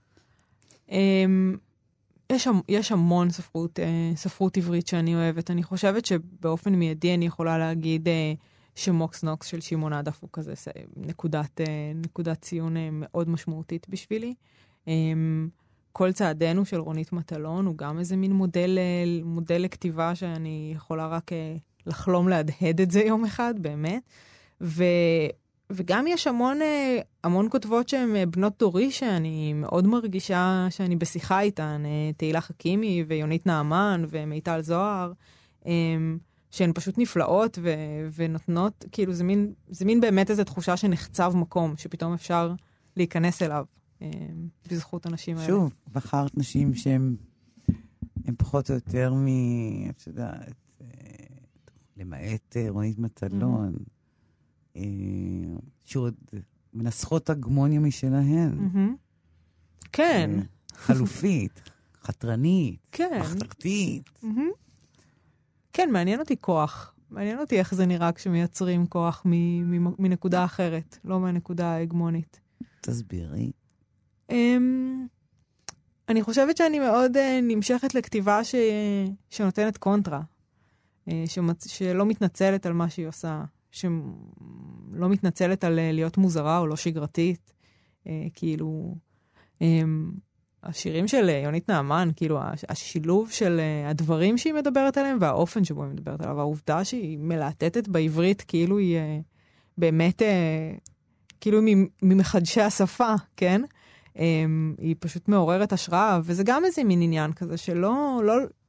יש המון ספרות עברית שאני אוהבת. אני חושבת שבאופן מיידי אני יכולה להגיד שמוקס נוקס של שמעון עדף הוא כזה נקודת ציון מאוד משמעותית בשבילי. כל צעדינו של רונית מטלון הוא גם איזה מין מודל לכתיבה שאני יכולה רק לחלום להדהד את זה יום אחד, באמת. וגם יש המון כותבות שהן בנות דורי שאני מאוד מרגישה שאני בשיחה איתן, תהילה חכימי ויונית נעמן ומיטל זוהר, שהן פשוט נפלאות ונותנות, כאילו זה מין באמת איזו תחושה שנחצב מקום, שפתאום אפשר להיכנס אליו בזכות הנשים האלה. שוב, בחרת נשים שהן פחות או יותר את יודעת, למעט רונית מטלון, שעוד מנסחות הגמוניה משלהן. כן. חלופית, חתרנית, כן. מחתרתית. כן, מעניין אותי כוח. מעניין אותי איך זה נראה כשמייצרים כוח מנקודה אחרת, לא מהנקודה ההגמונית. תסבירי. אני חושבת שאני מאוד נמשכת לכתיבה שנותנת קונטרה, שלא מתנצלת על מה שהיא עושה, שלא מתנצלת על להיות מוזרה או לא שגרתית. כאילו, השירים של יונית נעמן, כאילו, השילוב של הדברים שהיא מדברת עליהם, והאופן שבו היא מדברת עליו, העובדה שהיא מלהטטת בעברית, כאילו היא באמת, כאילו ממחדשי השפה, כן? היא פשוט מעוררת השראה, וזה גם איזה מין עניין כזה, שלא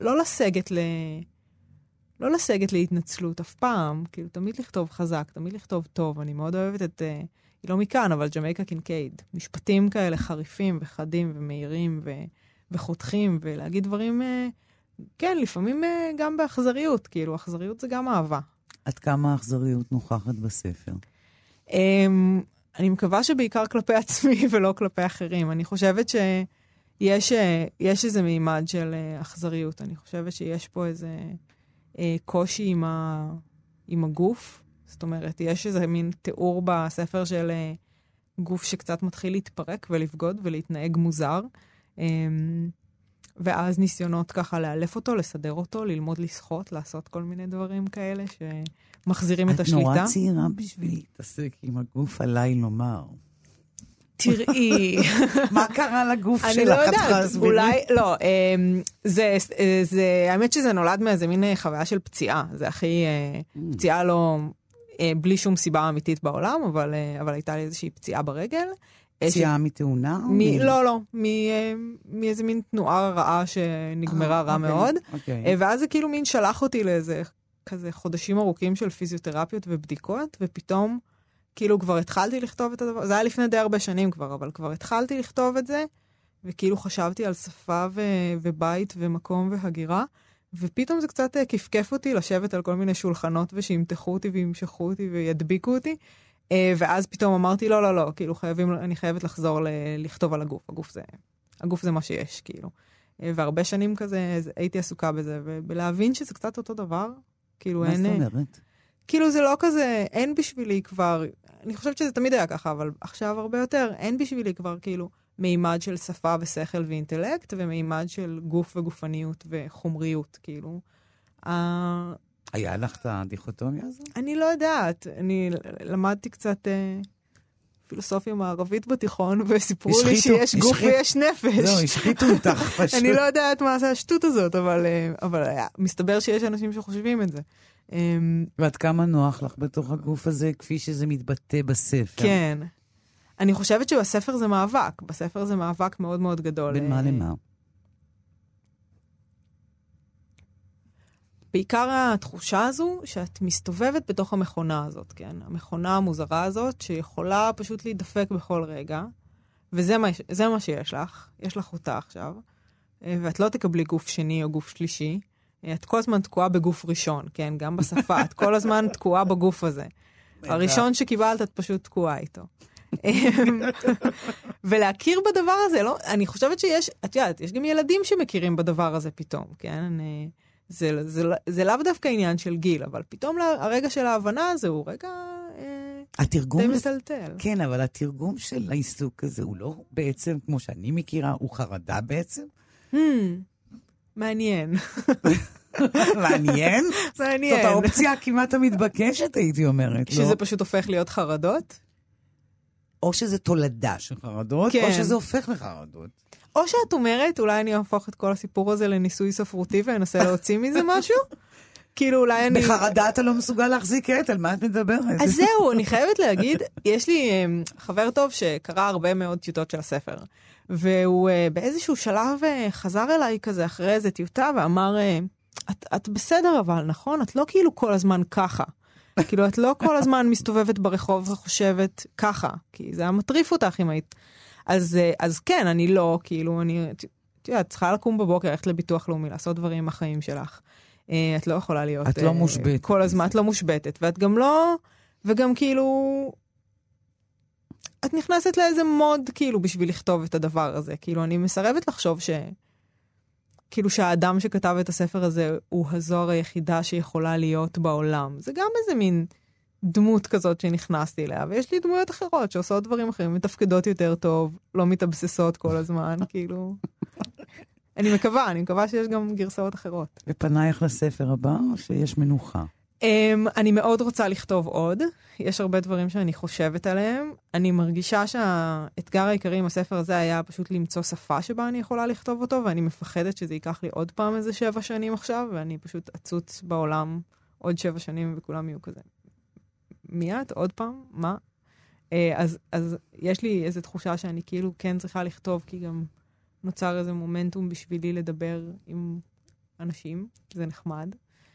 לא לסגת להתנצלות אף פעם, כאילו תמיד לכתוב חזק, תמיד לכתוב טוב. אני מאוד אוהבת את, היא לא מכאן, אבל ג'מייקה קינקייד. משפטים כאלה חריפים וחדים ומהירים וחותכים, ולהגיד דברים, כן, לפעמים גם באכזריות, כאילו, אכזריות זה גם אהבה. עד כמה האכזריות נוכחת בספר? אני מקווה שבעיקר כלפי עצמי ולא כלפי אחרים. אני חושבת שיש איזה מימד של אכזריות. אני חושבת שיש פה איזה קושי עם הגוף. זאת אומרת, יש איזה מין תיאור בספר של גוף שקצת מתחיל להתפרק ולפגוד ולהתנהג מוזר. ואז ניסיונות ככה לאלף אותו, לסדר אותו, ללמוד לשחות, לעשות כל מיני דברים כאלה שמחזירים את השליטה. את נורא צעירה בשביל להתעסק עם הגוף עליי לומר. תראי. מה קרה לגוף שלך? אני לא יודעת, אולי, לא. האמת שזה נולד מאיזה מין חוויה של פציעה. זה הכי פציעה לא, בלי שום סיבה אמיתית בעולם, אבל הייתה לי איזושהי פציעה ברגל. פציעה מתאונה? לא, מאיזה מין תנועה רעה שנגמרה רע מאוד. ואז זה כאילו מין שלח אותי לאיזה כזה חודשים ארוכים של פיזיותרפיות ובדיקות, ופתאום כאילו כבר התחלתי לכתוב את הדבר, זה היה לפני די הרבה שנים כבר, אבל כבר התחלתי לכתוב את זה, וכאילו חשבתי על שפה ובית ומקום והגירה, ופתאום זה קצת כפכף אותי לשבת על כל מיני שולחנות, ושימתחו אותי וימשכו אותי וידביקו אותי, ואז פתאום אמרתי, לא, כאילו אני חייבת לחזור לכתוב על הגוף, הגוף זה מה שיש, כאילו. והרבה שנים כזה הייתי עסוקה בזה, ובלהבין שזה קצת אותו דבר, כאילו אין... מה זאת אומרת? כאילו זה לא כזה, אין בשבילי כבר, אני חושבת שזה תמיד היה ככה, אבל עכשיו הרבה יותר, אין בשבילי כבר כאילו מימד של שפה ושכל ואינטלקט, ומימד של גוף וגופניות וחומריות, כאילו. היה לך את הדיכוטומיה הזו? אני לא יודעת, אני למדתי קצת פילוסופיה מערבית בתיכון, וסיפרו לי שיש גוף ויש נפש. לא, השחיתו אותך פשוט. אני לא יודעת מה זה השטות הזאת, אבל מסתבר שיש אנשים שחושבים את זה. ועד כמה נוח לך בתוך הגוף הזה, כפי שזה מתבטא בספר? כן. אני חושבת שבספר זה מאבק. בספר זה מאבק מאוד מאוד גדול. בין מה למה? בעיקר התחושה הזו שאת מסתובבת בתוך המכונה הזאת, כן? המכונה המוזרה הזאת שיכולה פשוט להידפק בכל רגע, וזה מה שיש לך. יש לך אותה עכשיו, ואת לא תקבלי גוף שני או גוף שלישי. את כל הזמן תקועה בגוף ראשון, כן? גם בשפה. את כל הזמן תקועה בגוף הזה. הראשון שקיבלת, את פשוט תקועה איתו. ולהכיר בדבר הזה, לא? אני חושבת שיש, את יודעת, יש גם ילדים שמכירים בדבר הזה פתאום, כן? זה לאו דווקא עניין של גיל, אבל פתאום הרגע של ההבנה הזה הוא רגע די מטלטל. כן, אבל התרגום של העיסוק הזה הוא לא בעצם, כמו שאני מכירה, הוא חרדה בעצם? מעניין. מעניין? מעניין. זאת האופציה כמעט המתבקשת, הייתי אומרת. שזה פשוט הופך להיות חרדות? או שזה תולדה של חרדות, או שזה הופך לחרדות. או שאת אומרת, אולי אני אהפוך את כל הסיפור הזה לניסוי ספרותי ואנסה להוציא מזה משהו? כאילו אולי אני... בחרדה אתה לא מסוגל להחזיק את, על מה את מדברת? אז זהו, אני חייבת להגיד, יש לי חבר טוב שקרא הרבה מאוד טיוטות של הספר, והוא באיזשהו שלב חזר אליי כזה אחרי איזה טיוטה ואמר, את בסדר אבל, נכון? את לא כאילו כל הזמן ככה. כאילו את לא כל הזמן מסתובבת ברחוב וחושבת ככה, כי זה היה מטריף אותך אם היית. אז כן, אני לא, כאילו, את צריכה לקום בבוקר, ללכת לביטוח לאומי, לעשות דברים עם החיים שלך. את לא יכולה להיות... את לא מושבטת. כל הזמן את לא מושבטת, ואת גם לא... וגם כאילו... את נכנסת לאיזה מוד, כאילו, בשביל לכתוב את הדבר הזה. כאילו, אני מסרבת לחשוב כאילו שהאדם שכתב את הספר הזה הוא הזוהר היחידה שיכולה להיות בעולם. זה גם איזה מין דמות כזאת שנכנסתי אליה, ויש לי דמויות אחרות שעושות דברים אחרים, מתפקדות יותר טוב, לא מתאבססות כל הזמן, כאילו... אני מקווה שיש גם גרסאות אחרות. ופנייך לספר הבא, או שיש מנוחה? אני מאוד רוצה לכתוב עוד. יש הרבה דברים שאני חושבת עליהם. אני מרגישה שהאתגר העיקרי עם הספר הזה היה פשוט למצוא שפה שבה אני יכולה לכתוב אותו, ואני מפחדת שזה ייקח לי עוד פעם איזה 7 שנים עכשיו, ואני פשוט אצוץ בעולם עוד 7 שנים וכולם יהיו כזה. מיד? עוד פעם? מה? אז יש לי איזו תחושה שאני כאילו כן צריכה לכתוב, כי גם נוצר איזה מומנטום בשבילי לדבר עם אנשים. זה נחמד.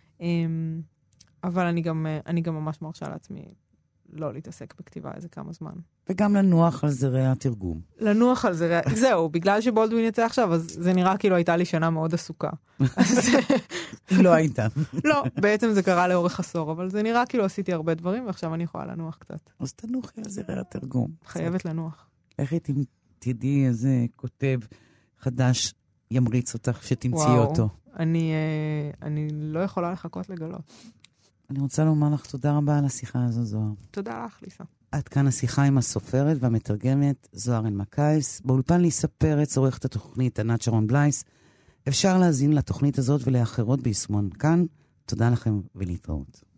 אבל אני גם ממש מרשה לעצמי לא להתעסק בכתיבה איזה כמה זמן. וגם לנוח על זרעי התרגום. לנוח על זרעי, זהו, בגלל שבולדווין יצא עכשיו, אז זה נראה כאילו הייתה לי שנה מאוד עסוקה. לא הייתה. לא, בעצם זה קרה לאורך עשור, אבל זה נראה כאילו עשיתי הרבה דברים, ועכשיו אני יכולה לנוח קצת. אז תנוחי על זרעי התרגום. חייבת לנוח. איך תדעי איזה כותב חדש ימריץ אותך שתמצאי אותו? אני לא יכולה לחכות לגלות. אני רוצה לומר לך תודה רבה על השיחה הזו, זוהר. תודה לך, ליסה. עד כאן השיחה עם הסופרת והמתרגמת זוהר אלמקייס. באולפן ליסה פרץ, עורכת התוכנית ענת שרון בלייס. אפשר להזין לתוכנית הזאת ולאחרות ביישומון כאן. תודה לכם ולהתראות.